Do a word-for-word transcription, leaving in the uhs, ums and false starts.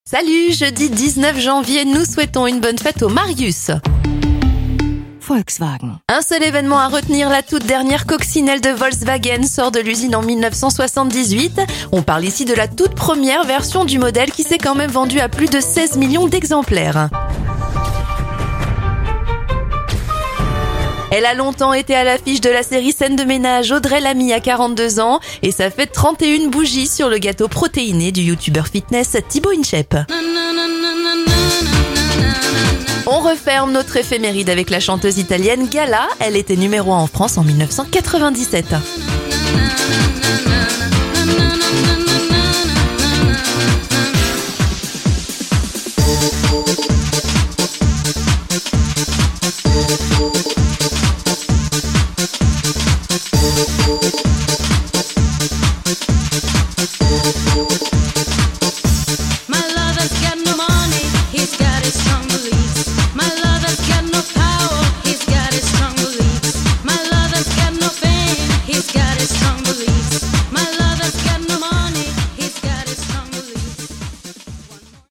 Salut, jeudi dix-neuf janvier, nous souhaitons une bonne fête au Marius. Volkswagen. Un seul événement à retenir, la toute dernière coccinelle de Volkswagen sort de l'usine en dix-neuf cent soixante-dix-huit. On parle ici de la toute première version du modèle qui s'est quand même vendue à plus de seize millions d'exemplaires. Elle a longtemps été à l'affiche de la série Scène de ménage. Audrey Lamy a quarante-deux ans et ça fait trente et une bougies sur le gâteau protéiné du youtubeur fitness Thibaut Inchep. On referme notre éphéméride avec la chanteuse italienne Gala. Elle était numéro un en France en dix-neuf cent quatre-vingt-dix-sept.